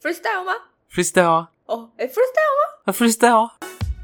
freestyle 吗？ freestyle 啊。 哦，freestyle 吗 ？freestyle 啊。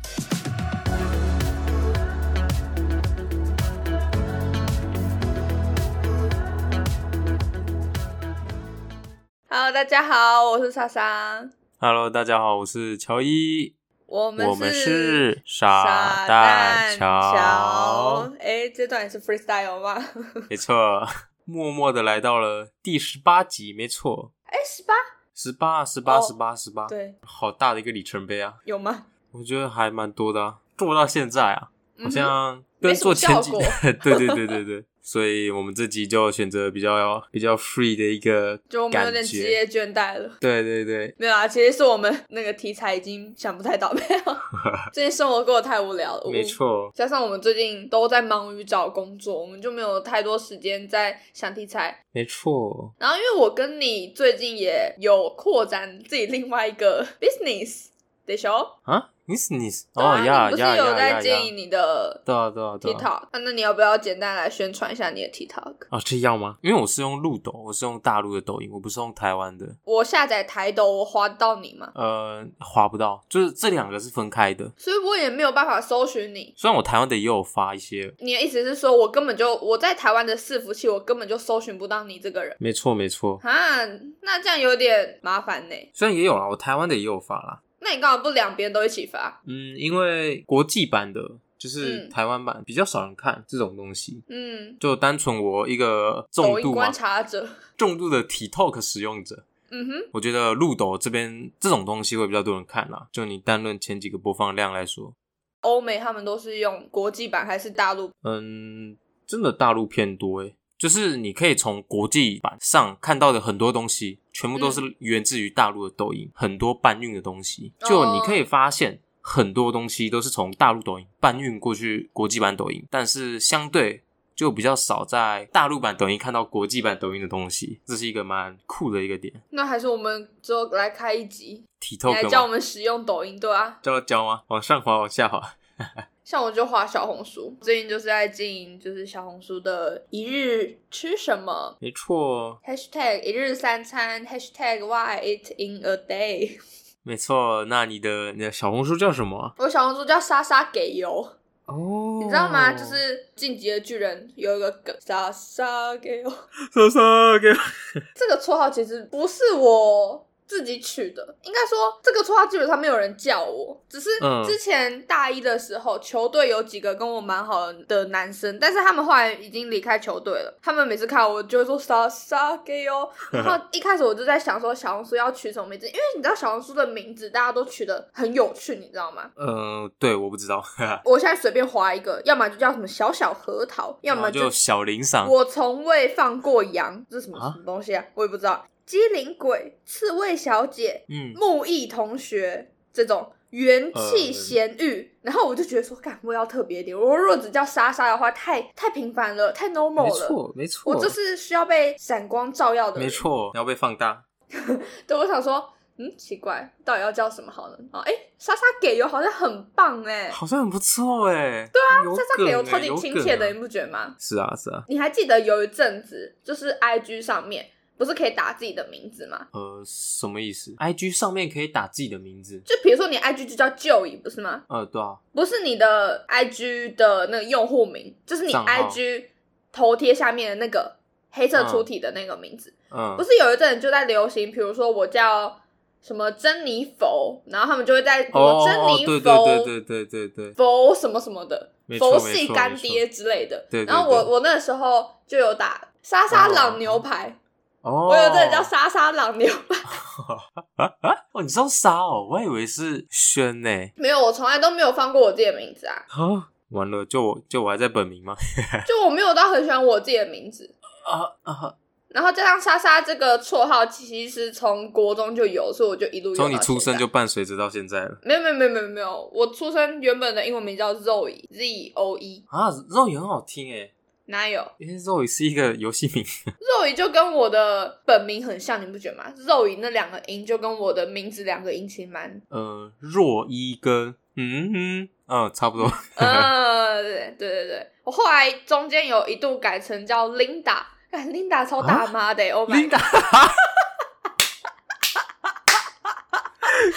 Hello， 大家好，我是莎莎。 Hello， 大家好，我是乔伊。 我们是傻蛋乔。 这段也是 freestyle 吗？ 没错，默默的来到了第18集，没错。18， 对， 好大的一个里程碑啊！ 有吗？ 我觉得还蛮多的啊，做到现在啊，好像跟做前几对，所以我们这集就选择比较 free 的一个感觉， 就我们有点职业倦怠了。 对， 没有啊，其实是我们那个题材已经想不太到，没有。最近生活过得太无聊了， 没错。 加上我们最近都在忙于找工作，我们就没有太多时间在想题材。 没错。 然后因为我跟你最近也有扩展自己另外一个 business でしょ？ 啊？business 你不是有在经营你的对啊 TikTok？那你要不要简单来宣传一下你的 TikTok？ 这要吗？因为我是用路抖，我是用大陆的抖音，我不是用台湾的。 我下载台抖，我滑到你吗？ 滑不到，就是这两个是分开的， 所以我也没有办法搜寻你。 虽然我台湾的也有发一些。 你的意思是说我在台湾的伺服器，我根本就搜寻不到你这个人？ 没错啊，那这样有点麻烦呢。 虽然也有啦，我台湾的也有发啦。 那你干嘛不两边都一起发？ 因为国际版的就是台湾版比较少人看这种东西。就单纯我一个重度观察者， 重度的 TikTok 使用者。我觉得路抖这边这种东西会比较多人看啦，就你单论前几个播放量来说。 欧美他们都是用国际版还是大陆？ 真的大陆偏多耶。就是你可以从国际版上看到的很多东西全部都是源自于大陆的抖音，很多搬运的东西，就你可以发现很多东西都是从大陆抖音搬运过去国际版抖音，但是相对就比较少在大陆版抖音看到国际版抖音的东西，这是一个蛮酷的一个点。 那还是我们之后来开一集 TikTok 你来教我们使用抖音，对啊， 教吗？往上滑往下滑。 像我就滑小红书，最近就是在经营就是小红书的一日吃什么， 没错， hashtag 一日三餐， hashtag what I eat in a day。 没错。那你的小红书叫什么？ 我小红书叫莎莎给油。你知道吗？就是进击的巨人有一个梗，莎莎给油， 莎莎给油。 这个绰号其实不是我自己取的，应该说这个绰号基本上没有人叫我，只是之前大一的时候，球队有几个跟我蛮好的男生，但是他们后来已经离开球队了，他们每次看我就会说莎莎给哦。然后一开始我就在想说小红书要取什么名字，因为你知道小红书的名字大家都取得很有趣，你知道吗？ 对，我不知道。 我现在随便划一个，要么就叫什么小小核桃，要么就小林桑。 我从未放过羊，这是什么东西啊？我也不知道。机灵鬼、刺猬小姐、木易同学，这种元气咸玉，然后我就觉得说，干，我要特别一点。我如果只叫莎莎的话，太平凡了，太 normal 了。 没错， 我就是需要被闪光照耀的人。 没错，要被放大。 对，我想说，奇怪，到底要叫什么好呢？莎莎给油好像很棒耶， 好像很不错耶。 对啊，莎莎给油超级亲切的，你不觉得吗？ 是啊。 你还记得有一阵子，就是 IG 上面。不是可以打自己的名字吗？ 什么意思？ IG 上面可以打自己的名字， 就比如说你 IG 就叫Joey 不是吗？ 对啊， 不是你的 IG 的那个用户名，就是你 IG 头贴下面的那个黑色粗体的那个名字。不是有一阵就在流行，比如说我叫什么珍妮佛，然后他们就会在珍妮佛， 对， 佛什么什么的，佛系干爹之类的。 对， 然后我那个时候就有打莎莎朗牛排。我有这个叫莎莎朗牛排。 你知道莎哦？我还以为是轩呢。 没有，我从来都没有放过我自己的名字啊。 完了，就我还在本名吗？ 就我没有到很喜欢我自己的名字然后加上莎莎这个绰号其实从国中就有，所以我就一路用到现在。从你出生就伴随着到现在了。 没有，我出生原本的英文名叫 Zoe Z-O-E Zoe 很好听耶。 哪有？ 因为 Zoe 是一个游戏名。 Zoe 就跟我的本名很像，你不觉得吗？ Zoe 那两个音就跟我的名字两个音其实蛮若一跟差不多。 对，我后来中间有一度改成叫 Linda 超大妈的，Oh my God。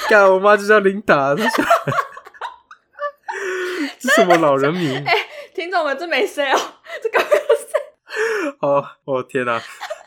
干，我妈就叫琳达，这什么老人名？ 听众们，这没谁哦，这个没有谁。 哦天哪，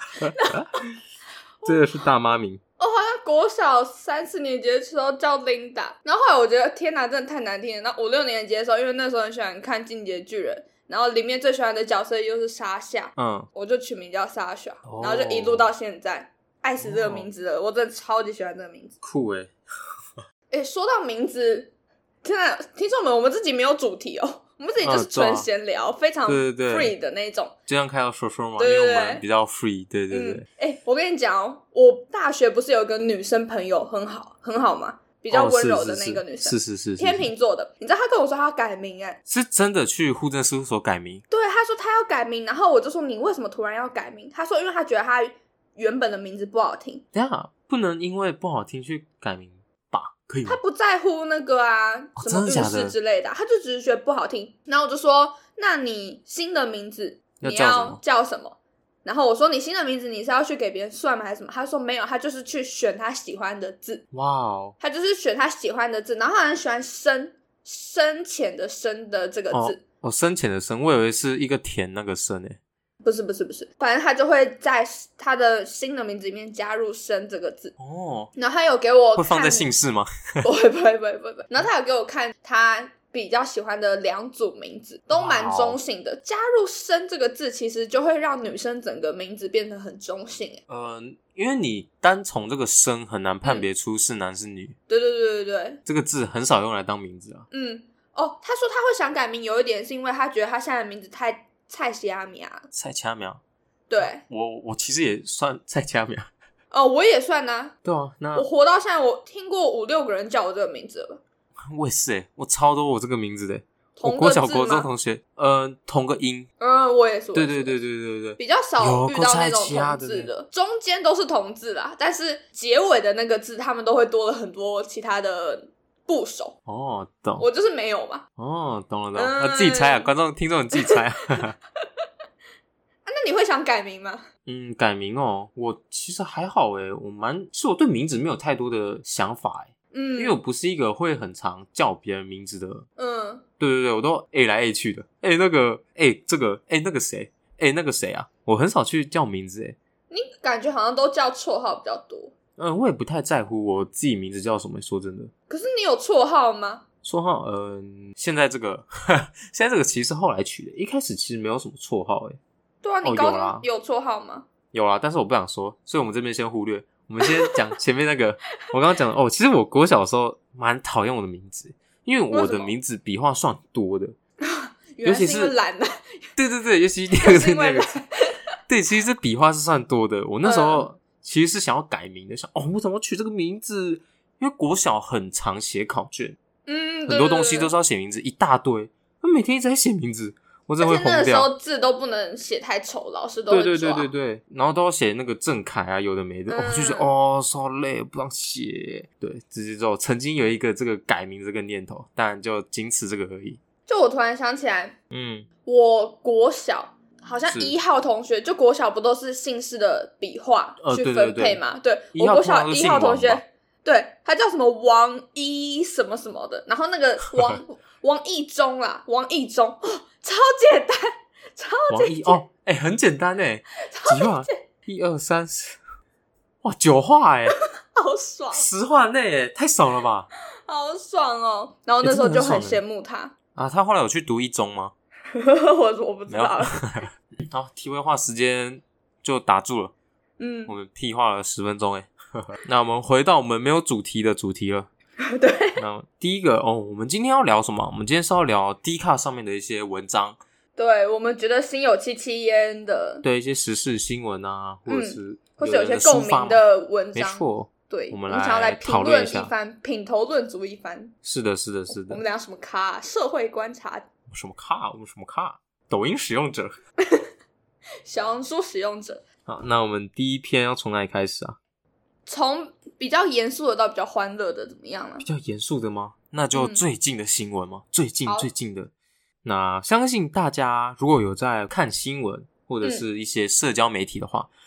这个是大妈名。 好像国小3、4年级的时候叫琳达，然后后来我觉得天哪，真的太难听了。然后5、6年级的时候，因为那时候很喜欢看《进击的巨人》，然后里面最喜欢的角色又是莎夏，我就取名叫莎夏，然后就一路到现在，爱死这个名字了。我真的超级喜欢这个名字， 酷说到名字，天哪，听众们，我们自己没有主题哦。我们自己就是纯闲聊，非常 free 的那种， 就像开到说嘛， 对对对， 因为我们比较 free， 对对对。 我跟你讲哦，我大学不是有个女生朋友很好吗？比较温柔的那个女生， 是天秤座的。你知道她跟我说她要改名， 是真的去户政事务所改名？ 对，她说她要改名，然后我就说你为什么突然要改名？她说因为她觉得她原本的名字不好听。 等一下，不能因为不好听去改名吧？可以吗？ 他不在乎那个什么运势之类的，他就只是觉得不好听。然后我就说，那你新的名字你要叫什么？然后我说你新的名字你是要去给别人算吗还是什么？他说没有，他就是去选他喜欢的字。 哇哦， 他就是选他喜欢的字，然后他很喜欢深浅的深的这个字。 深浅的深，我以为是一个田那个深不是，反正他就会在他的新的名字里面加入生这个字。然后他有给我看， 会放在姓氏吗？ 不会。然后他有给我看他比较喜欢的2组名字，都蛮中性的。加入生这个字，其实就会让女生整个名字变得很中性。 因为你单从这个生很难判别出是男是女。对， 这个字很少用来当名字啊。 他说他会想改名，有一点是因为他觉得他现在的名字太蔡虾苗，对， 我其实也算蔡虾苗。 我也算啊。 对啊，那我活到现在，我听过5、6个人叫我这个名字了。 我也是我超多我这个名字的。 同国小国中同学，同个音。 我也是。 对， 比较少遇到那种同字的，中间都是同字啦，但是结尾的那个字，他们都会多了很多其他的部首。 懂。 我就是没有嘛。 懂了。自己猜啊，观众听众你自己猜啊。 那你会想改名吗？ 改名我其实还好其实我对名字没有太多的想法因为我不是一个会很常叫别人名字的。对，我都来去的。那个这个那个谁那个谁啊，我很少去叫名字你感觉好像都叫绰号比较多。 我也不太在乎我自己名字叫什么，说真的。 可是你有绰号吗？ 绰号现在这个其实是后来取的，一开始其实没有什么绰号对啊，你高中有绰号吗？ 有啦，但是我不想说，所以我们这边先忽略。我们先讲前面那个我刚刚讲的其实我国小的时候蛮讨厌我的名字，因为我的名字笔画算多的。 原来是因为懒啊。 对，尤其第二个是那个对，其实笔画是算多的。我那时候其实是想要改名的，想我怎么取这个名字？因为国小很常写考卷，很多东西都是要写名字，一大堆，我每天一直在写名字，我真的会疯掉。 而且那个时候字都不能写太丑，老师都会抓。 对，然后都要写那个正楷啊，有的没的，我就觉得超累，不想写。对，直接之后曾经有一个这个改名这个念头，但就仅此这个而已。 就我突然想起来，我国小好像1号同学，就国小不都是姓氏的笔画去分配嘛？对，我国小1号同学，对，他叫什么王一什么什么的，然后那个王一中啦，王一中，超简单，超简单很简单几画？1、2、3、4，哇，9画好爽 ，10画内太爽了吧， 好爽哦！然后那时候就很羡慕他他后来有去读1中吗？ 我不知道。 好，题外话时间就打住了。我们屁话了10分钟那我们回到我们没有主题的主题了。 对。 那第一个我们今天要聊什么？我们今天是要聊 Dcard 上面的一些文章。 对，我们觉得心有戚戚焉的。 对，一些时事新闻啊，或者是有些共鸣的文章。 没错。 对， 我们想要来评论一番，品头论足一番。 是的。 我们聊什么咖？社会观察。 什么咖？我们什么咖？抖音使用者。 小红书使用者。 好，那我们第一篇要从哪里开始啊？ 从比较严肃的到比较欢乐的，怎么样呢？ 比较严肃的吗？那就最近的新闻吗？最近的。那相信大家如果有在看新闻或者是一些社交媒体的话，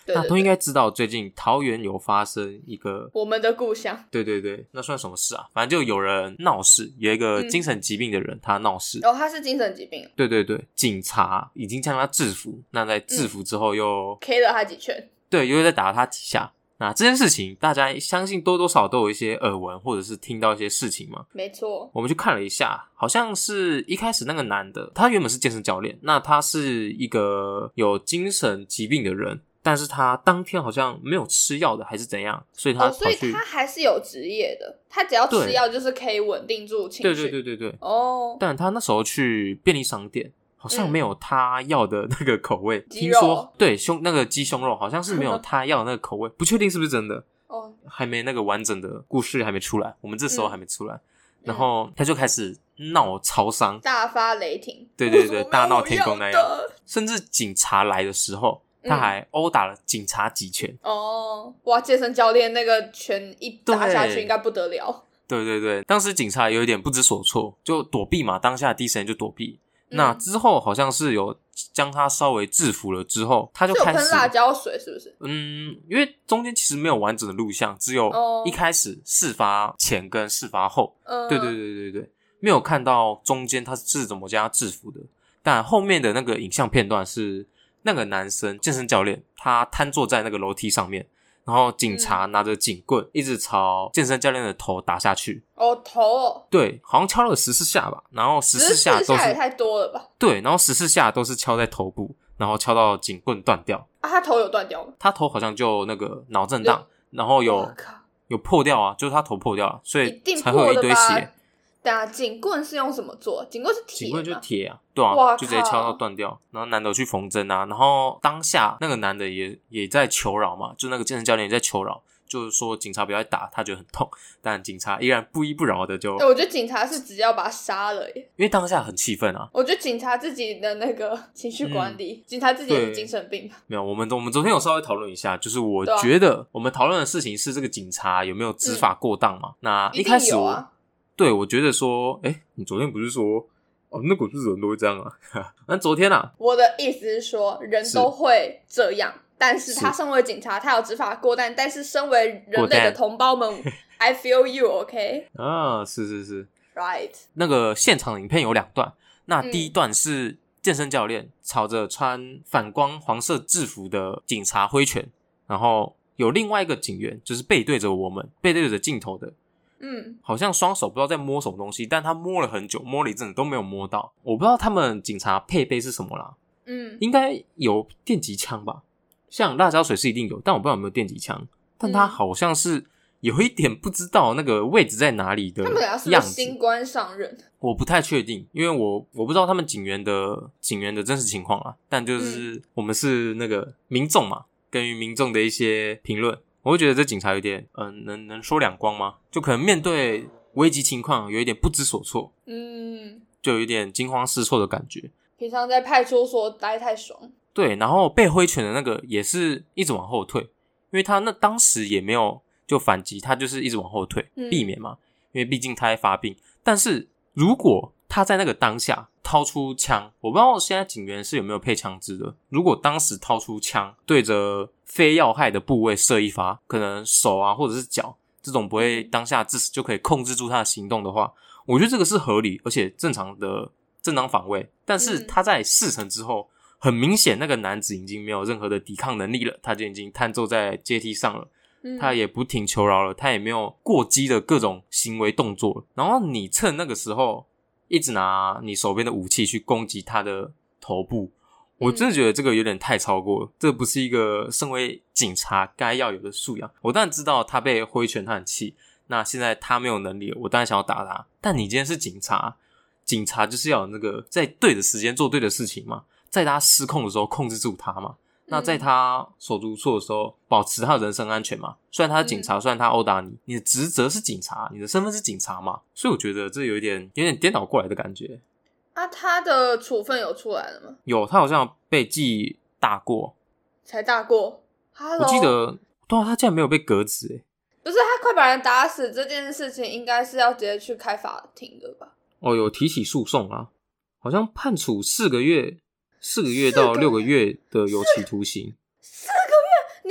对对对， 那都应该知道最近桃园有发生一个我们的故乡。 对对对，那算什么事啊？反正就有人闹事，有一个精神疾病的人他闹事。 他是精神疾病。 对对对，警察已经将他制服，那在制服之后又 K 了他几拳。 对，又在打他几下。那这件事情大家相信多多少少都有一些耳闻，或者是听到一些事情嘛。 没错， 我们去看了一下，好像是一开始那个男的，他原本是健身教练，那他是一个有精神疾病的人，但是他当天好像没有吃药的还是怎样，所以他跑去所以他还是有职业的，他只要吃药就是可以稳定住情绪。 对对对对对。 但他那时候去便利商店好像没有他要的那个口味，听鸡肉说对那个鸡胸肉好像是没有他要的那个口味，不确定是不是真的还没那个完整的故事还没出来，我们这时候还没出来，然后他就开始闹超商， 大发雷霆， 对对对，大闹天宫那样，甚至警察来的时候他还殴打了警察几拳。 哇，健身教练那个拳一打下去应该不得了。 对对对，当时警察有一点不知所措，就躲避嘛，当下第一时间就躲避。那之后好像是有将他稍微制服了之后，他就开始是有喷辣椒水是不是？ 因为中间其实没有完整的录像，只有一开始事发前跟事发后。对对对对对，没有看到中间他是怎么将他制服的。但后面的那个影像片段是那个男生健身教练，他瘫坐在那个楼梯上面。然后警察拿着警棍一直朝健身教练的头打下去。 头对，好像敲了14下吧，然后14下都是也太多了吧。 对，然后14下都是敲在头部，然后敲到警棍断掉。 他头有断掉吗？ 他头好像就那个脑震荡，然后有破掉啊，就是他头破掉了，所以才会有一堆血。 对啊，警棍是用什么做？警棍是铁， 警棍就铁啊，对啊，就直接敲到断掉。然后男的去缝针啊，然后当下那个男的也在求饶嘛，就那个健身教练也在求饶，就是说警察不要再打，他觉得很痛，但警察依然不依不饶的就。 我觉得警察是直接要把他杀了耶， 因为当下很气愤啊。 我觉得警察自己的那个情绪管理，警察自己也是精神病。 没有，我们昨天有稍微讨论一下，就是我觉得我们讨论的事情是这个警察有没有执法过当嘛？那一开始对，我觉得说，你昨天不是说，那个日人都会这样啊？那昨天啊， 我的意思是说，人都会这样，但是他身为警察，他有执法过当，但是身为人类的同胞们，I feel you, OK？ 啊，是 ，right。 那个现场的影片有2段，那第一段是健身教练朝着穿反光黄色制服的警察挥拳，然后有另外一个警员就是背对着我们，背对着镜头的。好像双手不知道在摸什么东西，但他摸了很久，摸了一阵子都没有摸到。我不知道他们警察配备是什么啦。应该有电击枪吧，像辣椒水是一定有，但我不知道有没有电击枪。但他好像是有一点不知道那个位置在哪里的样子。他们俩是不是新官上任？ 我不太确定，因为我不知道他们警员的真实情况啦。但就是我们是那个民众嘛，根据民众的一些评论。我会觉得这警察有点能说两光吗？就可能面对危急情况有一点不知所措，就有一点惊慌失措的感觉。 平常在派出所待太爽。 对，然后被挥拳的那个也是一直往后退，因为他那当时也没有就反击，他就是一直往后退，避免嘛，因为毕竟他在发病。但是如果他在那个当下掏出枪，我不知道现在警员是有没有配枪支的。如果当时掏出枪对着非要害的部位射一发，可能手啊或者是脚这种不会当下致死就可以控制住他的行动的话，我觉得这个是合理而且正常防卫。但是他在事成之后，很明显那个男子已经没有任何的抵抗能力了，他就已经瘫坐在阶梯上了，他也不停求饶了，他也没有过激的各种行为动作了。然后你趁那个时候一直拿你手边的武器去攻击他的头部，我真的觉得这个有点太超过了，这不是一个身为警察该要有的素养。我当然知道他被挥拳他很气，那现在他没有能力了，我当然想要打他。但你今天是警察，警察就是要有那个在对的时间做对的事情嘛，在他失控的时候控制住他嘛，那在他手足无措的时候保持他的人身安全嘛。虽然他是警察，虽然他殴打你，你的职责是警察，你的身份是警察嘛，所以我觉得这有点颠倒过来的感觉。 他的处分有出来了吗？ 有，他好像被记大过。 才大过？ 我记得对啊，他竟然没有被革职不是，他快把人打死这件事情应该是要直接去开法庭的吧？ 有提起诉讼啊，好像判处4个月到6个月的有期徒刑。 4个月？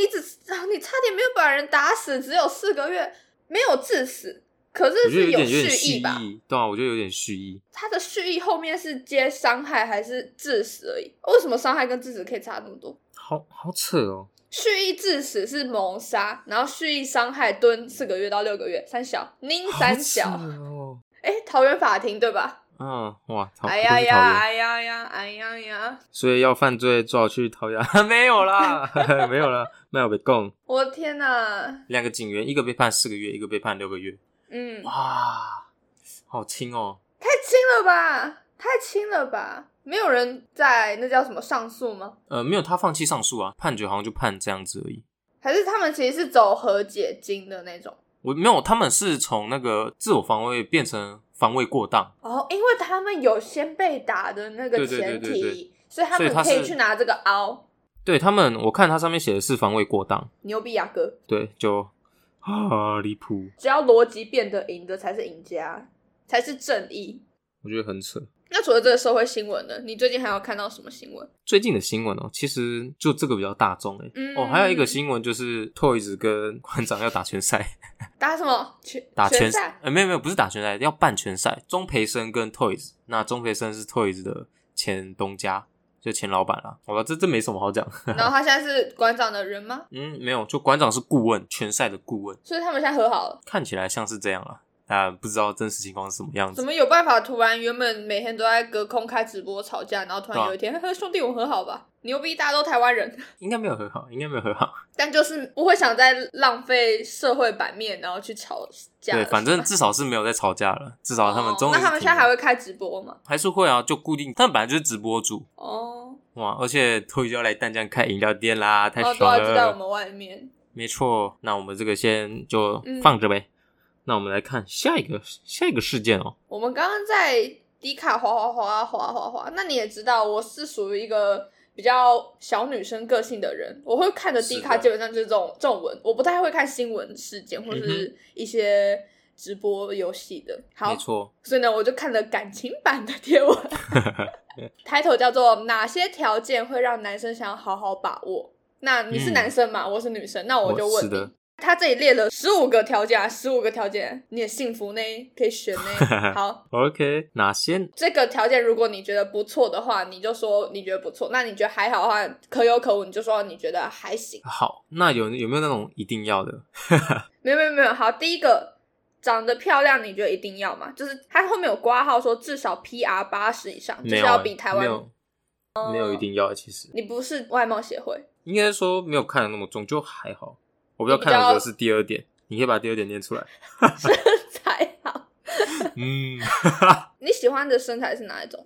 你差点没有把人打死，只有4个月，没有致死，可是是有蓄意吧？ 对啊，我觉得有点蓄意。 他的蓄意后面是接伤害还是致死而已？为什么伤害跟致死可以差那么多？ 好扯哦。 蓄意致死是谋杀，然后蓄意伤害蹲4个月到6个月，三小ninh三小。 好扯哦。 桃园法庭对吧？ 哇， 哎呀呀，哎呀呀，哎呀呀！ 所以要犯罪最好去桃园。没有啦，没有啦，没有被供。 我的天哪 ！2个警员，一个被判4个月，一个被判6个月。哇，好轻哦！ 太轻了吧，太轻了吧！没有人在那叫什么上诉吗？ 没有，他放弃上诉啊，判决好像就判这样子而已。 还是他们其实是走和解金的那种？ 我没有，他们是从那个自我防卫变成防卫过当。 因为他们有先被打的那个前提， 对， 所以他们可以去拿这个凹。 对他们，我看他上面写的是防卫过当。 牛逼啊哥！ 对，就离谱。 只要逻辑变得赢的才是赢家，才是正义。 我觉得很扯。 那除了这个社会新闻呢？你最近还有看到什么新闻？ 最近的新闻其实就这个比较大众还有一个新闻就是 Toys 跟馆长要打拳赛。 打什么？ 打拳赛？没有，不是打拳赛，要办拳赛。钟培生跟 Toys， 那钟培生是 Toys 的前东家，就前老板啦。这没什么好讲。 然后他现在是馆长的人吗？ 没有，就馆长是顾问，拳赛的顾问。 所以他们现在和好了？ 看起来像是这样啦。但不知道真实情况是什么样子。 怎么有办法突然原本每天都在隔空开直播吵架，然后突然有一天，兄弟我们和好吧？牛逼，大家都台湾人。 应该没有和好。 但就是不会想再浪费社会版面，然后去吵架。 对，反正至少是没有在吵架了。至少他们终于。 那他们现在还会开直播吗？ 还是会啊，就固定。他们本来就是直播主。哇，而且Toys要来淡江开饮料店啦，太爽了。 就在我们外面。 没错，那我们这个先就放着呗。那我们来看下一个事件我们刚刚在迪卡滑，那你也知道我是属于一个比较小女生个性的人，我会看的迪卡基本上就是这种文，我不太会看新闻事件或是一些直播游戏的。好， 没错。 所以呢，我就看了感情版的贴文，title 叫做哪些条件会让男生想要好好把握。那你是男生嘛？我是女生，那我就问你。他这里列了15个条件15个条件，你也幸福呢，可以选呢。好 ，OK， 哪些？ 这个条件如果你觉得不错的话，你就说你觉得不错；那你觉得还好的话，可有可无，你就说你觉得还行。 好，那有没有那种一定要的？ 没有。好，第一个，长得漂亮，你觉得一定要吗？就是他后面有括号说至少 PR 80以上，就是要比台湾没有一定要。其实你不是外貌协会， 应该说没有看的那么重，就还好。我比较看的就是第2点，你可以把第2点念出来。 身材好。你喜欢的身材是哪一种？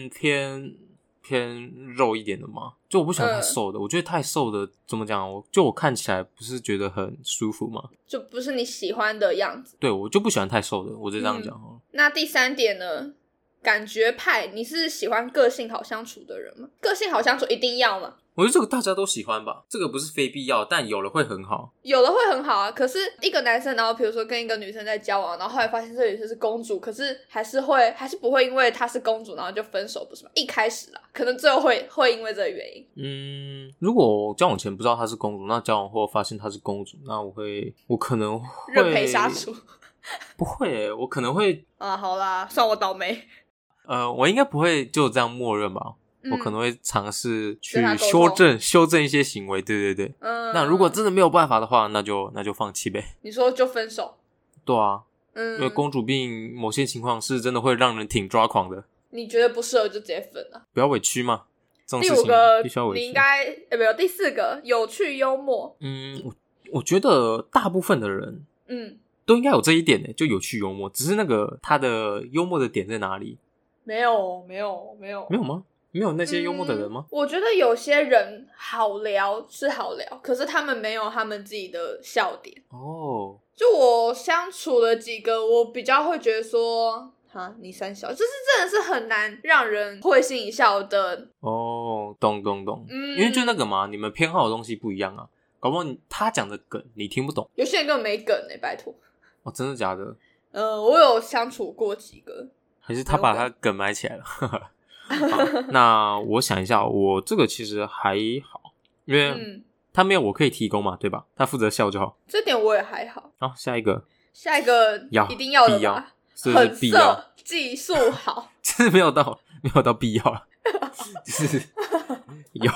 偏肉一点的吗？就我不喜欢太瘦的，我觉得太瘦的怎么讲？我看起来不是觉得很舒服吗？ 就不是你喜欢的样子。 对，我就不喜欢太瘦的，我就这样讲那第3点呢？感觉派，你是喜欢个性好相处的人吗？个性好相处一定要吗？ 我觉得这个大家都喜欢吧，这个不是非必要，但有了会很好。 有了会很好啊，可是一个男生，然后比如说跟一个女生在交往，然后后来发现这个女生是公主，可是还是不会因为她是公主然后就分手，不是吗？一开始啦，可能最后会因为这个原因。 如果我交往前不知道她是公主，那交往后发现她是公主，那我可能会认赔杀出。 不会我可能会好啦，算我倒霉。 我应该不会就这样默认吧。我可能会尝试去修正一些行为，对。那如果真的没有办法的话，那就放弃呗。 你说就分手？ 对啊。因为公主病某些情况是真的会让人挺抓狂的。 你觉得不适合就直接分啊？ 不要委屈嘛。这种事情必须要委屈。 你应该没有。第4个，有趣幽默。 我觉得大部分的人都应该有这一点就有趣幽默，只是那个他的幽默的点在哪里？ 没有吗？没有那些幽默的人吗？ 我觉得有些人好聊是好聊，可是他们没有他们自己的笑点。就我相处了几个，我比较会觉得说你三小，就是真的是很难让人会心一笑的。 懂。因为就那个嘛，你们偏好的东西不一样啊，搞不好他讲的梗你听不懂。 有些人根本没梗拜托。 真的假的？ 我有相处过几个。 还是他把他梗埋起来了。好，那我想一下，我这个其实还好，因为他没有我可以提供嘛，对吧？他负责笑就好。 这点我也还好。 好，下一个一定要的吧？ 是必要， 很色，技术好， 就是没有到必要了，就是有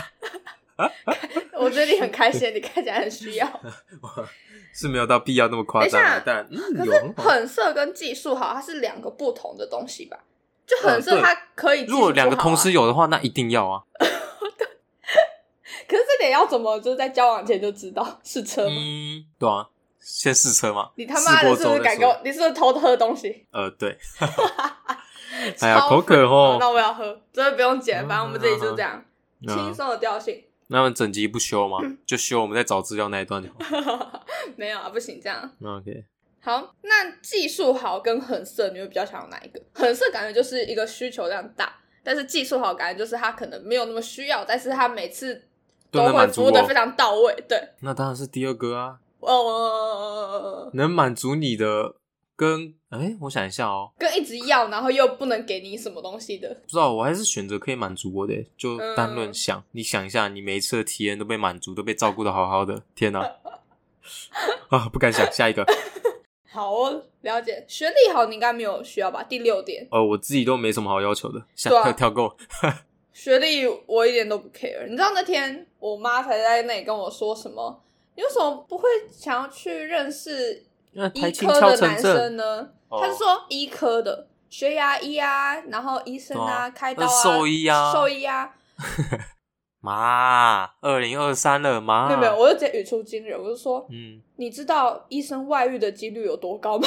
我觉得你很开心，你看起来很需要。 是没有到必要那么夸张啊，但可是很色跟技术好，它是两个不同的东西吧？就很色它可以技术不好啊， 如果两个同时有的话，那一定要啊。 可是这点要怎么就是在交往前就知道试车吗？ 对啊，先试车嘛。 你他妈的是不是敢给我？你是不是偷喝东西？ 对。哎呀，口渴哦。 那我要喝，真的不用剪，反正我们这里就这样轻松的调性。 那我们整集不修吗？就修我们在找资料那一段就好。 没有啊，不行这样。 OK。 好，那技术好跟很色，你会比较想要哪一个？很色感觉就是一个需求量大，但是技术好感觉就是他可能没有那么需要，但是他每次都会服务的非常到位。对， 那当然是第二个啊。能满足你的跟我想一下哦， 跟一直要然后又不能给你什么东西的， 不知道，我还是选择可以满足我的。就单论想，你想一下，你每一次的体验都被满足，都被照顾的好好的，天哪！不敢想。下一个。 好，了解。学历好你应该没有需要吧？第6点。 我自己都没什么好要求的，跳过。 学历我一点都不 care。你知道那天我妈才在那里跟我说什么？你为什么不会想要去认识医科的男生呢？他是说医科的，学牙医啊，然后医生啊，开刀啊，兽医啊。 妈，2023了，妈。 没有，我就直接语出惊人，我就说，你知道医生外遇的几率有多高吗？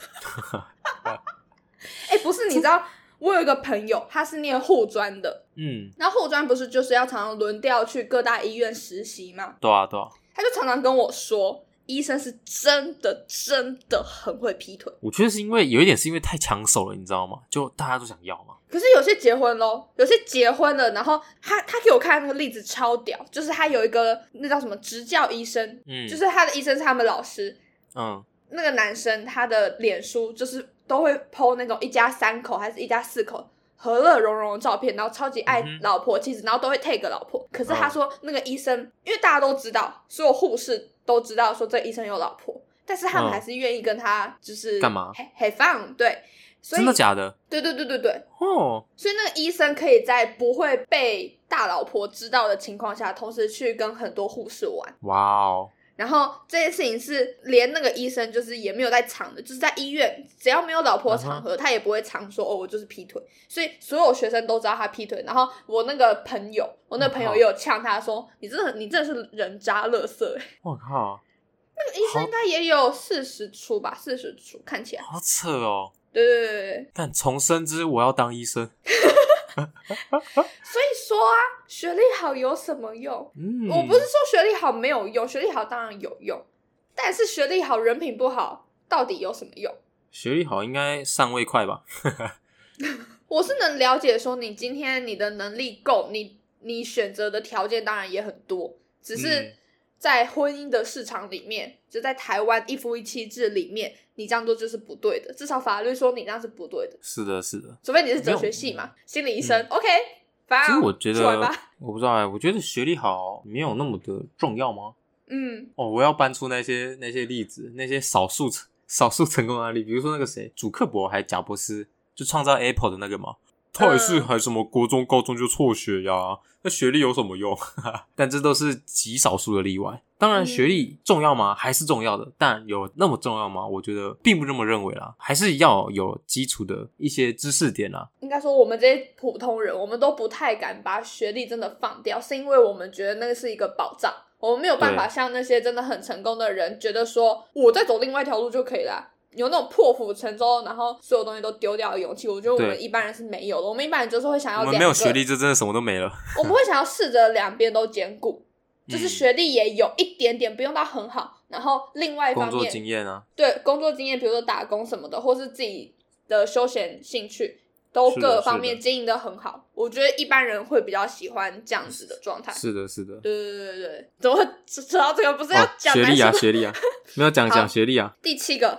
不是，你知道我有一个朋友，他是念护专的，然后护专不是就是要常常轮调去各大医院实习吗？ 对啊。 他就常常跟我说，医生是真的很会劈腿。 我觉得有一点是因为太抢手了，你知道吗？就大家都想要嘛。 可是有些结婚咯，有些结婚了，然后他给我看那个例子超屌，就是他有一个那叫什么执教医生，就是他的医生是他们老师，那个男生他的脸书就是都会 po 那种一家3口还是一家4口和乐融融的照片，然后超级爱老婆妻子，然后都会 tag 老婆。可是他说那个医生，因为大家都知道，所有护士都知道说这个医生有老婆，但是他们还是愿意跟他就是干嘛 ？have fun，对。所以真的假的？ 对所以那个医生可以在不会被大老婆知道的情况下，同时去跟很多护士玩。 哇哦！ 然后这件事情是连那个医生就是也没有在藏的，就是在医院只要没有老婆场合，他也不会藏说我就是劈腿，所以所有学生都知道他劈腿。然后我那个朋友也有呛他说，你真的是人渣垃圾。 我靠！ 那个医生应该也有40出吧，40出看起来。 好扯哦。 对。 但重生之我要当医生。 所以说啊，学历好有什么用？我不是说学历好没有用，学历好当然有用，但是学历好人品不好到底有什么用？ 学历好应该上位快吧。 我是能了解说你今天你的能力够，你选择的条件当然也很多，只是在婚姻的市场里面，就在台湾一夫一妻制里面，你这样做就是不对的，至少法律说你这样是不对的。 是的除非你是哲学系嘛，心理医生OK。 其实我觉得我不知道我觉得学历好没有那么的重要吗？我要搬出那些例子，那些少数成功的案例，比如说那个谁，祖克伯还贾伯斯，就创造 Apple 的那个嘛，他也是还什么国中高中就辍学呀，那学历有什么用？但这都是极少数的例外。当然学历重要吗？还是重要的，但有那么重要吗？我觉得并不这么认为啦，还是要有基础的一些知识点啦。 应该说我们这些普通人，我们都不太敢把学历真的放掉，是因为我们觉得那个是一个保障，我们没有办法像那些真的很成功的人觉得说我再走另外一条路就可以啦，有那种破釜沉舟然后所有东西都丢掉的勇气。我觉得我们一般人是没有的，我们一般人就是会想要我们没有学历就真的什么都没了。 我们会想要试着两边都兼顾，就是学历也有一点点，不用到很好，然后另外一方面工作经验啊， 对，工作经验，比如说打工什么的，或是自己的休闲兴趣，都各方面经营的很好。我觉得一般人会比较喜欢这样子的状态。 是的对，怎么会扯到这个？不是要讲学历啊没有讲学历啊。 第7个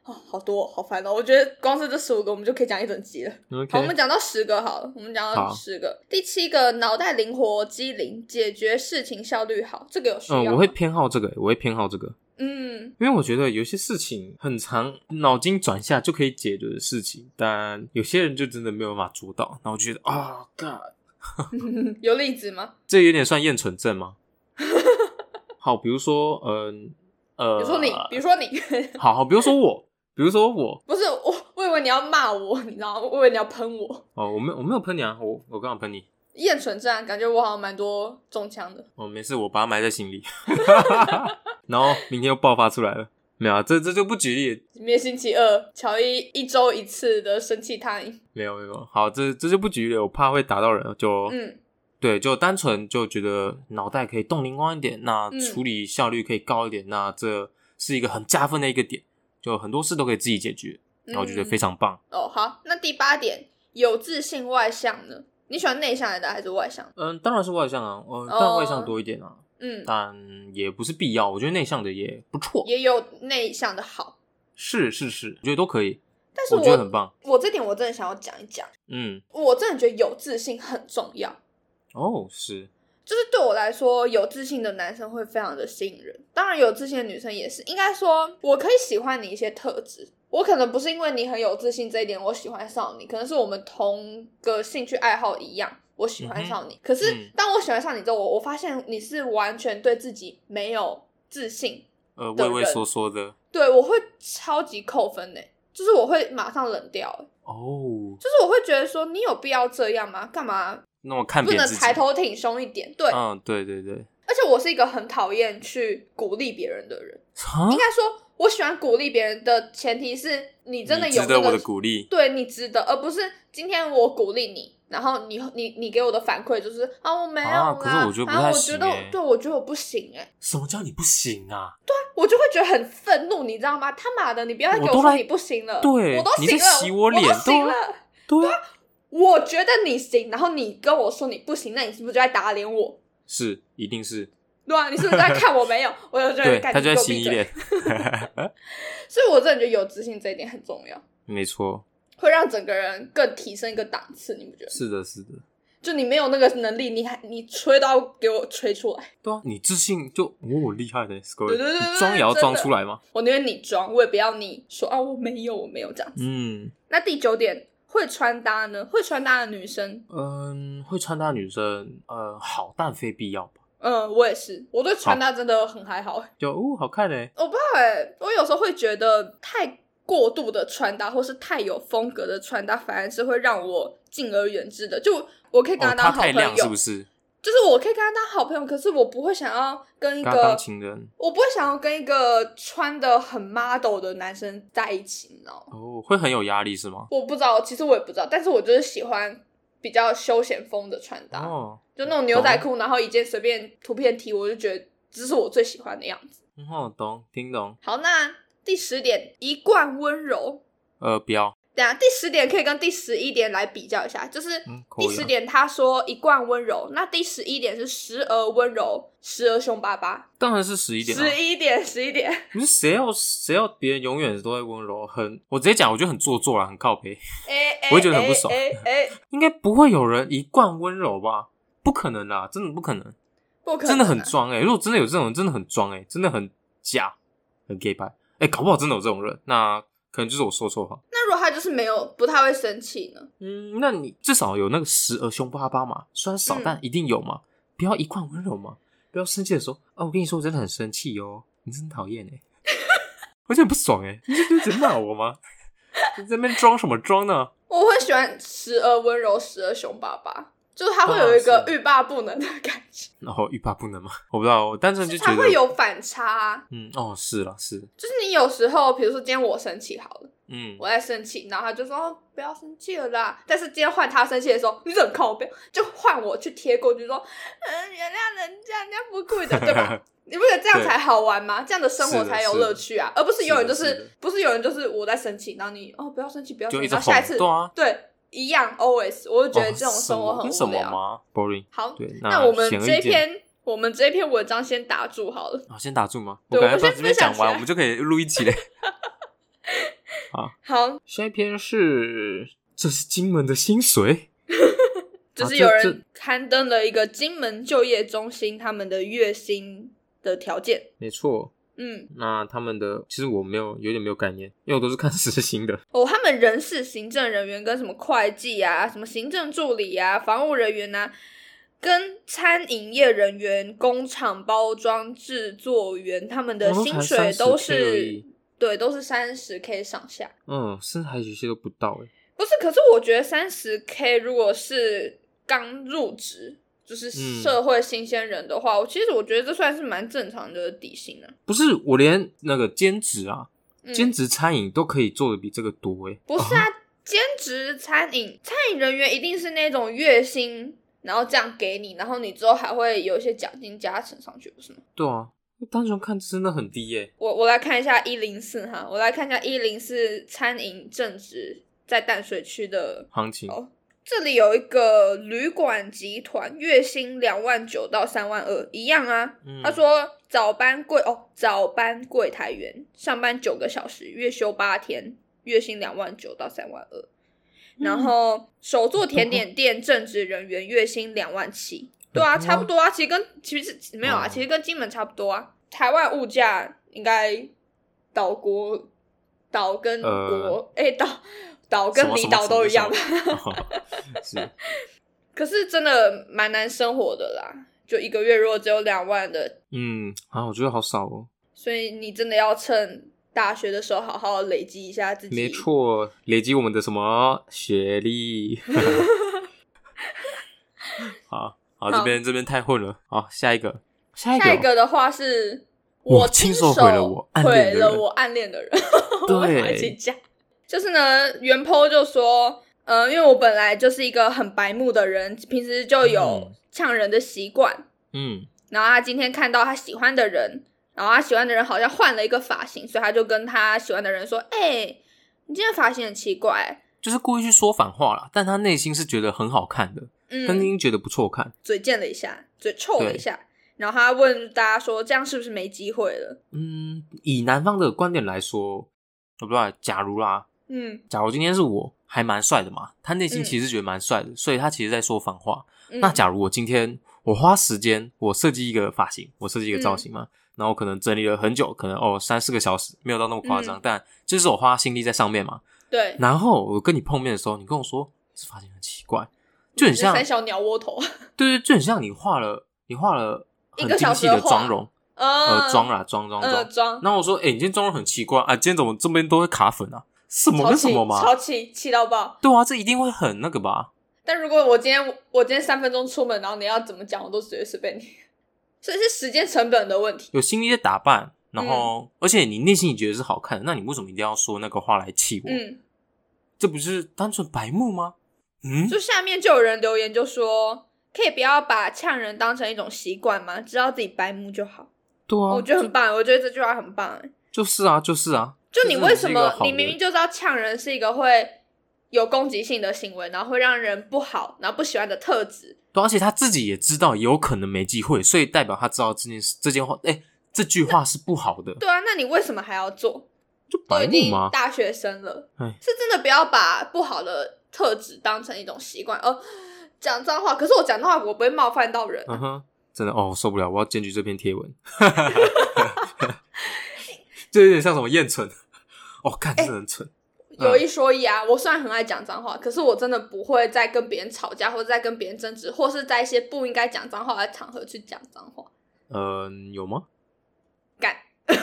好多好烦哦！我觉得光是这15个我们就可以讲一整集了。 Okay. 好，我们讲到10个好了，我们讲到10个。第7个，脑袋灵活机灵，解决事情效率好，这个有需要吗？ 我会偏好这个，因为我觉得有些事情很常脑筋转下就可以解决的事情，但有些人就真的没有办法做到，然后我觉得God 有例子吗？ 这有点算厌蠢症吗？好，比如说比如说你好，比如说我不是我以为你要骂我，你知道吗？我以为你要喷我。 我没有喷你啊，我刚好喷你。 厌蠢症啊，感觉我好像蛮多中枪的。 没事，我把它埋在心里。然后明天又爆发出来了。没有啊，这就不举例。 明天星期二，乔伊一周一次的生气 time。 没有，好，这就不举例了，我怕会打到人，对，就单纯就觉得脑袋可以动灵光一点，那处理效率可以高一点，那这是一个很加分的一个点，就很多事都可以自己解决，然后我觉得非常棒。 好，那第8点，有自信外向呢？你喜欢内向的还是外向？ 当然是外向啊，当然外向多一点啊。但也不是必要，我觉得内向的也不错， 也有内向的好。 是，我觉得都可以。 但是我觉得很棒。 我这点我真的想要讲一讲。我真的觉得有自信很重要。 是， 就是对我来说，有自信的男生会非常的吸引人。当然，有自信的女生也是。应该说，我可以喜欢你一些特质。我可能不是因为你很有自信这一点我喜欢上你，可能是我们同个兴趣爱好一样，我喜欢上你。可是当我喜欢上你之后，我发现你是完全对自己没有自信的人， 畏畏缩缩的。 对，我会超级扣分的，就是我会马上冷掉。就是我会觉得说，你有必要这样吗？干嘛？ 那我看别人不能抬头挺胸一点。对， 对。 而且我是一个很讨厌去鼓励别人的人。应该说，我喜欢鼓励别人的前提是你真的有值得我的鼓励， 对，你值得，而不是今天我鼓励你，然后你给我的反馈就是我没有啦， 可是我觉得不太行对，我觉得我不行什么叫你不行啊？ 对，我就会觉得很愤怒，你知道吗？他妈的，你不要再给我说你不行了， 对， 我都行了， 你在洗我脸， 我都行了， 对啊， 我觉得你行，然后你跟我说你不行，那你是不是就在打脸我？ 是，一定是。 对啊，你是不是在看我没有？我就觉得他就在洗你脸。 所以我真的觉得有自信这一点很重要。 没错， 会让整个人更提升一个档次，你不觉得？ 是的。 就你没有那个能力，你吹都要给我吹出来。 对啊，你自信就厉害的， 对， 装也要装出来吗？ 我宁愿你装，我也不要你说我没有这样子。那第9点，会穿搭呢？会穿搭的女生， 会穿搭的女生，好，但非必要吧。 我也是，我对穿搭真的很还好。 就好看欸。 我不知道我有时候会觉得太过度的穿搭，或是太有风格的穿搭，反而是会让我敬而远之的。就我可以跟他当好朋友， 他太亮是不是？ 就是我可以跟他当好朋友，可是我不会想要跟一个当情人， 我不会想要跟一个穿的很 model 的男生在一起，你知道吗？ 会很有压力是吗？ 我不知道，其实我也不知道，但是我就是喜欢比较休闲风的穿搭，就那种牛仔裤，然后一件随便图片 T， 我就觉得这是我最喜欢的样子。 听懂。 好，那第10点，一贯温柔。 不要。 等一下，第10点可以跟第11点来比较一下，就是第10点他说一贯温柔，那第11点是时而温柔，时而凶巴巴。 当然是11点。 11点。 不是谁要别人永远都在温柔？我直接讲，我觉得很做作啦，很靠北。我会觉得很不爽。应该不会有人一贯温柔吧？不可能啦，真的不可能。真的很装如果真的有这种人，真的很装真的很假，很 gay 白。搞不好真的有这种人，那可能就是我说错话。 那如果他就是不太会生气呢？ 那你至少有那个时而凶巴巴嘛，虽然少但一定有嘛。不要一贯温柔嘛，不要生气的时候我跟你说我真的很生气你真讨厌我就很不爽你就一直骂我吗？你在那边装什么装呢？ 我会喜欢时而温柔，时而凶巴巴。就是他会有一个欲罢不能的感觉。 欲罢不能吗？我不知道，我单纯就觉得他会有反差。 是啦，是。 就是你有时候，比如说今天我生气好了，我在生气，然后他就说不要生气了啦。但是今天换他生气的时候，你怎么靠背？就换我去贴过去说，原谅人家不故意的，对吧？你不觉得这样才好玩吗？这样的生活才有乐趣啊，而不是永远就是不是有人就是我在生气，然后你不要生气，不要生气，然后下一次对。一样 always， 我就觉得这种生活很无聊。 什么吗 ？Boring。 好，那我们这一篇文章先打住好了。 先打住吗？我感觉把这边讲完，我们就可以录一集嘞。 好， 下一篇是这是金门的薪水。 就是有人刊登了一个金门就业中心他们的月薪的条件。 没错。那他们的其实我有点没有概念，因为我都是看时薪的。 他们人事行政人员跟什么会计啊，什么行政助理啊，房务人员啊，跟餐饮业人员、工厂包装制作员，他们的薪水都是对，都是30K 上下。 甚至还有些都不到欸。 不是，可是我觉得30K 如果是刚入职，就是社会新鲜人的话，其实我觉得这算是蛮正常的底薪啊。 不是，我连那个兼职啊，兼职餐饮都可以做的比这个多欸。 不是啊，兼职餐饮人员一定是那种月薪，然后这样给你，然后你之后还会有一些奖金加成上去，不是吗？ 对啊，单纯看真的很低耶。 我来看一下104哈，我来看一下104餐饮正职在淡水区的行情。 这里有一个旅馆集团，月薪29000到32000，一样啊。他说早班柜台员，上班9个小时，月休8天，月薪29000到32000。然后手做甜点店正职人员月薪27000，对啊，差不多啊。其实没有啊，其实跟金门差不多啊。台湾物价应该岛跟国岛跟离岛都一样吧。 是， 可是真的蛮难生活的啦，就一个月如果只有2万的， 我觉得好少哦。 所以你真的要趁大学的时候好好累积一下自己。 没错，累积我们的什么学历。好，这边太混了。好，下一个的话是我亲手毁了我暗恋的人。 对， 一起讲。就是呢，原 po 就说，因为我本来就是一个很白目的人，平时就有呛人的习惯，然后他今天看到他喜欢的人，然后他喜欢的人好像换了一个发型，所以他就跟他喜欢的人说，你今天发型很奇怪， 就是故意去说反话啦，但他内心是觉得很好看的，肯定觉得不错看， 嘴贱了一下，嘴臭了一下，然后他问大家说，这样是不是没机会了？ 以男方的观点来说，对不对？假如今天是我还蛮帅的嘛，他内心其实觉得蛮帅的，所以他其实在说反话。那假如我今天我花时间我设计一个发型，我设计一个造型嘛，然后可能整理了很久，可能3-4个小时，没有到那么夸张，但就是我花心力在上面嘛。 对。 然后我跟你碰面的时候，你跟我说这发型很奇怪，就很像三小鸟窝头。 对，就很像你画了很精细的妆容。妆。然后我说你今天妆容很奇怪啊，今天怎么这边都会卡粉啊？什么跟什么嘛？ 超气到爆！ 对啊，这一定会很那个吧？ 但如果我今天3分钟出门，然后你要怎么讲，我都随便你。所以是时间成本的问题。 有心力的打扮，然后而且你内心也觉得是好看的，那你为什么一定要说那个话来气我？这不是单纯白目吗？ 就下面就有人留言就说，可以不要把呛人当成一种习惯吗？知道自己白目就好。 对啊， 我觉得很棒，我觉得这句话很棒。 就是啊。 就你为什么你明明就知道呛人是一个会有攻击性的行为，然后会让人不好然后不喜欢的特质， 对，而且他自己也知道有可能没机会，所以代表他知道这句话是不好的。 对啊，那你为什么还要做？ 就白目吗？ 大学生了，是真的不要把不好的特质当成一种习惯。讲脏话，可是我讲脏话我不会冒犯到人。 真的我受不了，我要检举这篇贴文。就有点像什么厌蠢。看真的很蠢。 有一说一啊，我虽然很爱讲脏话，可是我真的不会在跟别人吵架，或者在跟别人争执，或是在一些不应该讲脏话的场合去讲脏话。 有吗？ 干。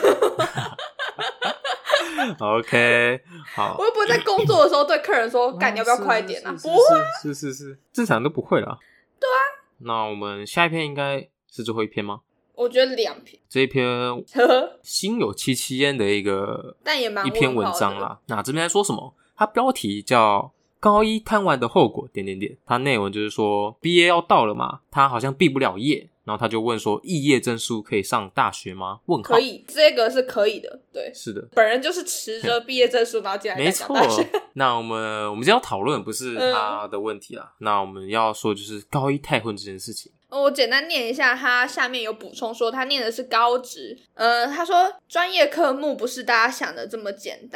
OK， 好。 我又不会在工作的时候对客人说干，你要不要快一点啊？不会。 是，正常都不会啦。 对啊。 那我们下一篇应该是最后一篇吗？ 我觉得2篇， 这一篇心有戚戚焉的但也蛮一篇文章啦。那这边在说什么？它标题叫高一贪玩的后果……它内文就是说毕业要到了嘛，他好像毕不了业，然后他就问说肄业证书可以上大学吗？问号。 可以，这个是可以的。对， 是的， 本人就是持着毕业证书然后进来没错。那我们今天要讨论不是他的问题啦，那我们要说就是高一太混这件事情。 我简单念一下，他下面有补充说他念的是高职。他说专业科目不是大家想的这么简单，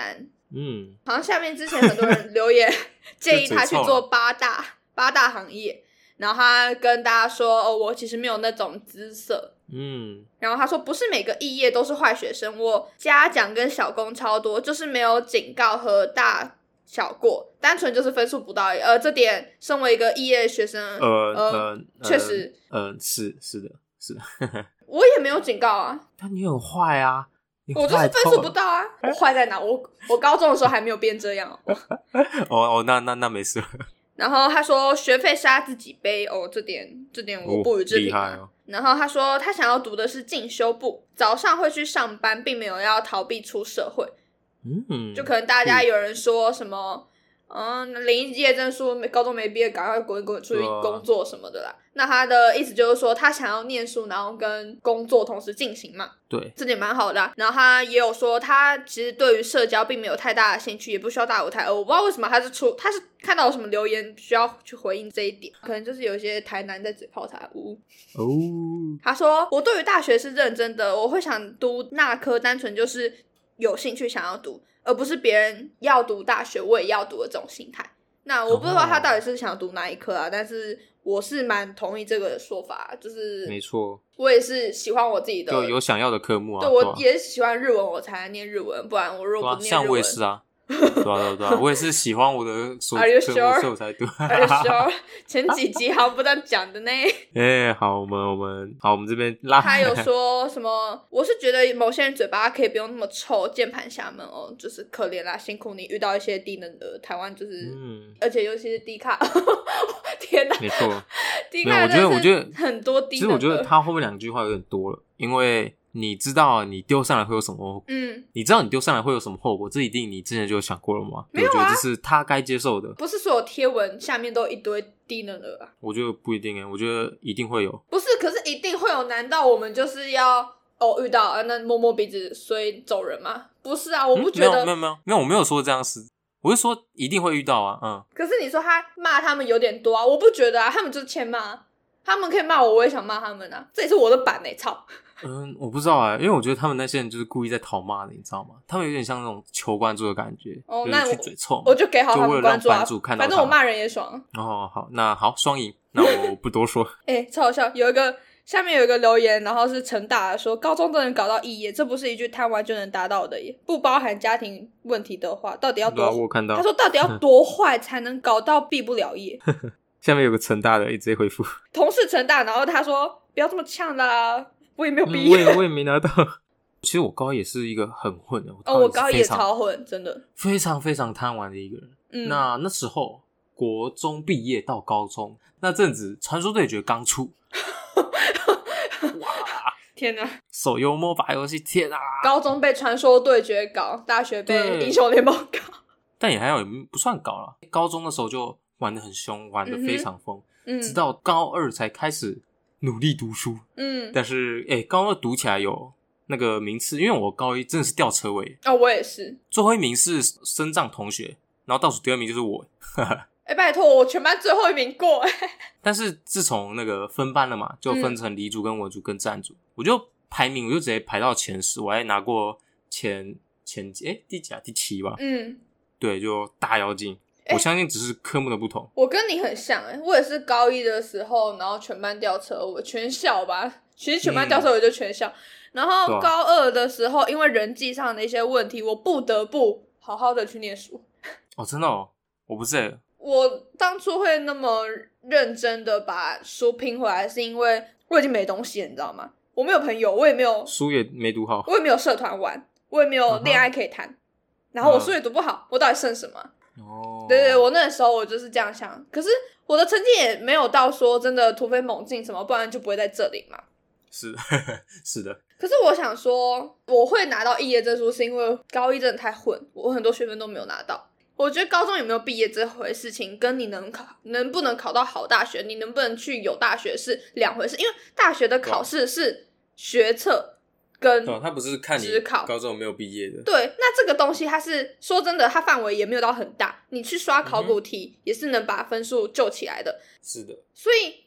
好像下面之前很多人留言建议他去做八大行业，然后他跟大家说我其实没有那种姿色，然后他说不是每个肄业都是坏学生，我嘉奖跟小功超多，就是没有警告和大小过，单纯就是分数不到这点身为一个肄业学生确实是的我也没有警告啊， 但你很坏啊， 我就是分数不到啊，我坏在哪？我高中的时候还没有变这样那没事了。 然后他说学费是他自己背这点我不予置评厉害然后他说他想要读的是进修部，早上会去上班，并没有要逃避出社会。就可能大家有人说什么领一届证书高中没毕业赶快滚出去工作什么的啦，那他的意思就是说他想要念书然后跟工作同时进行嘛， 对， 这点蛮好的然后他也有说他其实对于社交并没有太大的兴趣，也不需要大舞台我不知道为什么他是看到有什么留言需要去回应这一点，可能就是有一些台南在嘴炮他他说我对于大学是认真的，我会想读那科单纯就是有兴趣想要读，而不是别人要读大学我也要读的这种心态。那我不知道他到底是想读哪一科但是我是蛮同意这个说法，就是没错， 我也是喜欢我自己的就有想要的科目对，我也喜欢日文我才念日文，不然我如果不念日文像我也是对啊，我也是喜欢我的科目所以我才读。 Are you sure？ 前几集好像不这样讲的呢。 好，我们这边拉。 他有说什么？我是觉得某些人嘴巴可以不用那么臭，键盘侠们就是可怜啦，辛苦你遇到一些低能的台湾，就是而且尤其是低卡，天哪， 没错， 低卡我觉得很多低能的。 其实我觉得他后面两句话有点多了，因为你知道你丢上来会有什么你知道你丢上来会有什么后果，这一定你之前就有想过了吗？ 没有我觉得这是他该接受的。 不是所有贴文下面都有一堆低能的我觉得不一定我觉得一定会有。 不是，可是一定会有，难道我们就是要遇到那摸摸鼻子所走人吗？不是我不觉得没有，我没有说这样是，我是说一定会遇到可是你说他骂他们有点多我不觉得他们就是欠骂，他们可以骂我也想骂他们这也是我的版操我不知道因为我觉得他们那些人就是故意在讨骂的，你知道吗？他们有点像那种求关注的感觉那去嘴臭我就给好他们关注反正我骂人也爽好，那好，双赢，那我不多说超好笑，下面有一个留言，然后是成大的说高中都能搞到肄业，这不是一句贪玩就能达到的耶，不包含家庭问题的话到底要多我看到他说到底要多坏才能搞到毕不了业下面有个成大的一直在回复同是成大，然后他说不要这么呛啦，我也没有毕业我也没拿到其实我高一也是一个很混的我高一也超混，真的非常非常贪玩的一个人那时候国中毕业到高中那阵子传说对决刚出哇天哪， 手游 MOBA 游戏天哪， 高中被传说对决搞，大学被英雄联盟搞， 但也还好，也不算搞了。高中的时候就玩得很凶，玩得非常疯直到高二才开始努力读书但是高二读起来有那个名次，因为我高一真的是吊车尾我也是， 最后一名是升障同学，然后倒数第二名就是我拜托我全班最后一名过但是自从那个分班了嘛，就分成理组跟文组跟战组我就排名我就直接排到前10，我还拿过第几第7吧对，就大妖精我相信只是科目的不同。 我跟你很像我也是高一的时候然后全班吊车尾，全校吧，其实全班吊车尾就全校然后高二的时候因为人际上的一些问题我不得不好好的去念书真的我不是我当初会那么认真的把书拼回来是因为我已经没东西了，你知道吗？我没有朋友，我也没有书也没读好， 我也没有社团玩，我也没有恋爱可以谈然后我书也读不好我到底剩什么对，我那时候我就是这样想，可是我的成绩也没有到说真的突飞猛进什么，不然就不会在这里嘛是的。 可是我想说我会拿到肄业证书是因为高一真的太混，我很多学分都没有拿到。我觉得高中有没有毕业这回事情跟你能不能考到好大学，你能不能去有大学是两回事，因为大学的考试是学测跟他不是看你高中有没有毕业的。 对，那这个东西它是说真的它范围也没有到很大，你去刷考古题也是能把分数救起来的。 是的， 所以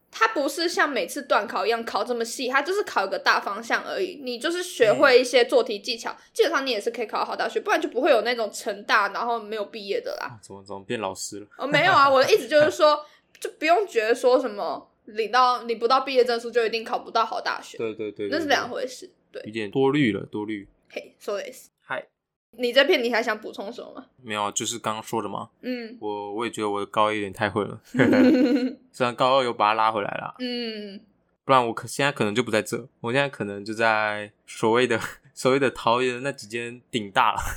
它不是像每次段考一样考这么细，它就是考一个大方向而已。你就是学会一些做题技巧，基本上你也是可以考到好大学，不然就不会有那种成大然后没有毕业的啦。 怎么变老师了？ 没有啊，我的意思就是说，就不用觉得说什么领不到毕业证书就一定考不到好大学。 对， 那是两回事。对， 有点多虑了。 嘿，そうです。 嗨， 你这篇你还想补充什么吗？ 没有，就是刚刚说的嘛。我也觉得我的高一有点太混了，虽然高二有把它拉回来啦。不然我现在可能就不在这，我现在可能就在所谓的桃园的那几间顶大了。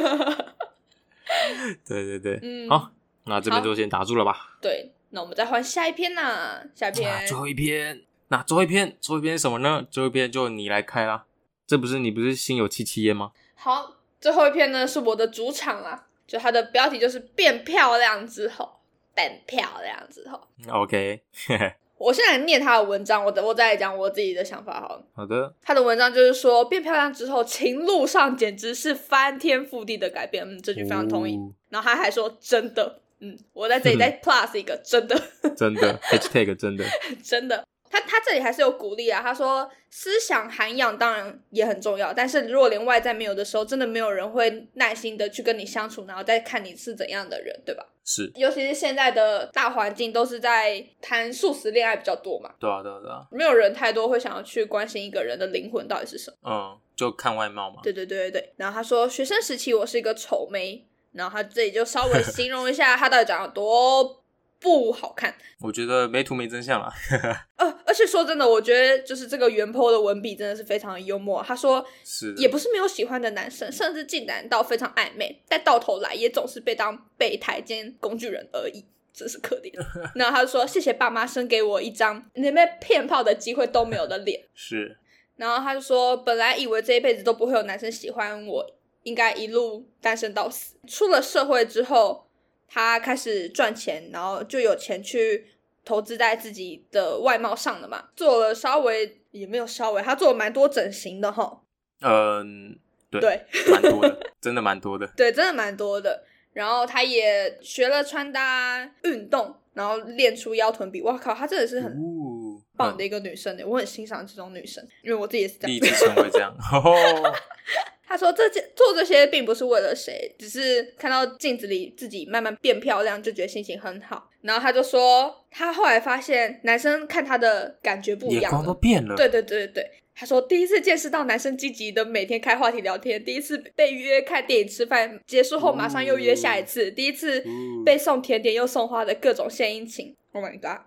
对，好，那这边就先打住了吧。 对，那我们再换下一篇啦。下一篇， 最后一篇。那最后一篇是什么呢？最后一篇就你来开啦。你不是心有戚戚焉吗？ 好，最后一篇呢是我的主场啦，就它的标题就是变漂亮之后。 OK 我现在念他的文章，我再来讲我自己的想法好了。 好的。 他的文章就是说，变漂亮之后情路上简直是翻天覆地的改变。这句非常同意。然后他还说真的。我在这里再 plus 一个真的真的 hashtag 真的真的。他这里还是有鼓励啊，他说思想涵养当然也很重要，但是如果连外在没有的时候，真的没有人会耐心的去跟你相处，然后再看你是怎样的人，对吧？ 是， 尤其是现在的大环境都是在谈速食恋爱比较多嘛。 对啊， 没有人太多会想要去关心一个人的灵魂到底是什么。 就看外貌嘛。 对。然后他说学生时期我是一个丑妹，然后他这里就稍微形容一下他到底长得多不好看。 我觉得没图没真相啦。 而且说真的，我觉得就是这个原 po 的文笔真的是非常的幽默。他说也不是没有喜欢的男生，甚至进展到非常暧昧，但到头来也总是被当备胎兼工具人而已，真是可怜。然后他就说谢谢爸妈生给我一张连被骗炮的机会都没有的脸。 是。 然后他就说本来以为这一辈子都不会有男生喜欢我，应该一路单身到死。出了社会之后他开始赚钱，然后就有钱去投资在自己的外貌上了嘛，做了也没有稍微，他做了蛮多整形的齁。 对，蛮多的，真的蛮多的。 对，真的蛮多的。然后他也学了穿搭运动，然后练出腰臀比。哇靠，她真的是很棒的一个女生我很欣赏这种女生，因为我自己也是这样， 立志成为这样。 他说做这些并不是为了谁，只是看到镜子里自己慢慢变漂亮就觉得心情很好。然后他就说他后来发现男生看他的感觉不一样了， 眼光都变了。 对，他说第一次见识到男生积极的每天开话题聊天，第一次被约看电影吃饭，结束后马上又约下一次，第一次被送甜点又送花的各种献殷勤。Oh my god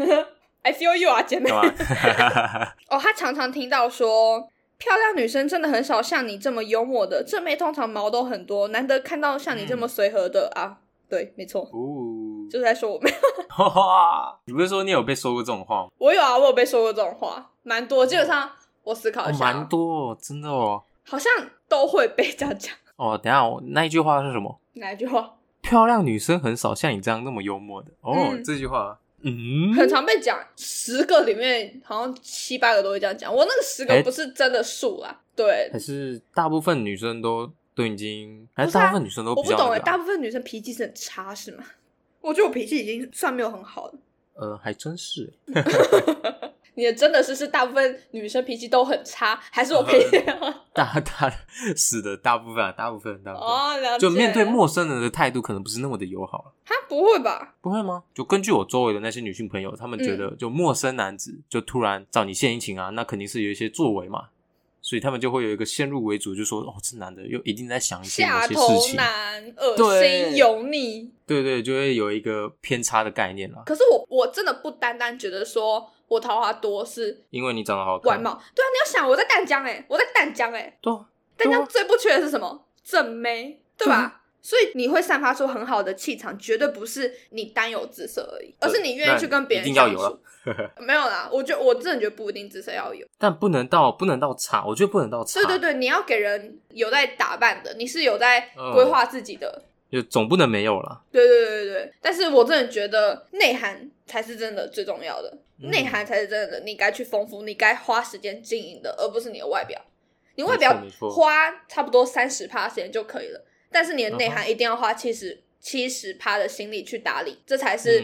I feel you 啊姐妹。他常常听到说漂亮女生真的很少像你这么幽默的，正妹通常毛都很多，难得看到像你这么随和的啊。对，没错，就是在说我没有。 你不是说你有被说过这种话吗？ 我有啊，我有被说过这种话，蛮多。基本上我思考一下， 蛮多，真的哦， 好像都会被这样讲。 等一下那一句话是什么？ 哪一句话？ 漂亮女生很少像你这样那么幽默的。这句话很常被讲，10个里面好像7、8个都会这样讲。我那个10个不是真的数啦，对， 还是大部分女生都已经，还是大部分女生都比较， 我不懂大部分女生脾气是很差是吗？我觉得我脾气已经算没有很好了。 还真是。 你的真的是大部分女生脾气都很差，还是我脾气是的，大部分了解。 就面对陌生人的态度可能不是那么的友好了。 不会吧？ 不会吗？就根据我周围的那些女性朋友，她们觉得就陌生男子就突然找你献殷勤啊，那肯定是有一些作为嘛，所以他们就会有一个先入为主，就说这男的又一定在想一些某些事情， 下头男、恶心、油腻。 对，就会有一个偏差的概念啦。 可是我真的不单单觉得说我桃花多是因为你长得好看， 外貌。对啊，你要想我在淡江淡江最不缺的是什么？正妹，对吧？所以你会散发出很好的气场，绝对不是你单有姿色而已，而是你愿意去跟别人相处。一定要有了。没有啦，我真的觉得不一定姿色要有， 但不能到差，我觉得不能到差。 对，你要给人有在打扮的，你是有在规划自己的， 就总不能没有啦。 对，但是我真的觉得内涵才是真的最重要的，内涵才是真的你该去丰富，你该花时间经营的，而不是你的外表。你外表花差不多30%时间就可以了，但是你的内涵一定要花70%的心力去打理，这才是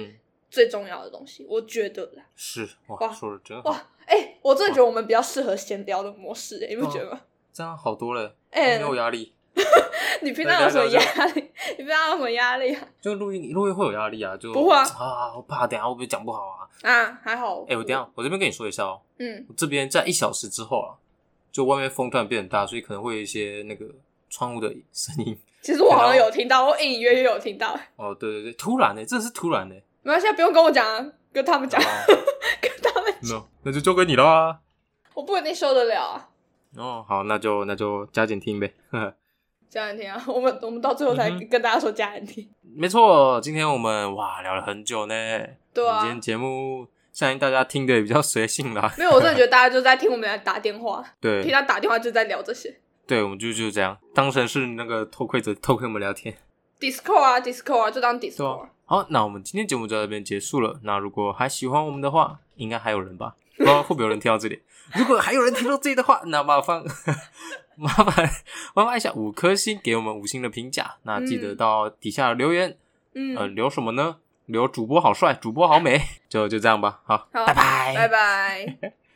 最重要的东西，我觉得啦。 是哇，说的真好哇！我真的觉得我们比较适合闲聊的模式，你不觉得吗？ 这样好多了，没有压力。 你平常有什么压力？你平常有什么压力啊？ 就录音会有压力啊，就不会我怕等一下会不会讲不好啊？ 还好。 我等一下我这边跟你说一下哦，我这边在1小时之后啊，就外面风突然变很大，所以可能会有一些那个窗户的声音。 其实我好像有听到，我隐隐约约有听到。 哦，对，突然这是突然没关系，不用跟我讲啊，跟他们讲，跟他们讲。 No, 那就交给你了啊。 我不一定受得了啊。 好，那就加减听呗。 加减听啊，我们到最后才跟大家说加减听。 没错，今天我们聊了很久呢。 对啊， 今天节目相信大家听的也比较随性啦。 没有，我真的觉得大家就在听我们来打电话。 对， 听他打电话就在聊这些。 对，我们就是这样，当成是那个偷窥我们聊天。 Discord 啊，就当 Discord。 好，那我们今天节目就到这边结束了。那如果还喜欢我们的话，应该还有人吧？不知道会不会有人听到这里。如果还有人听到这里的话，那麻烦按下5颗星给我们5星的评价。那记得到底下留言，留什么呢？留主播好帅，主播好美，就这样吧。好，拜拜， 拜拜。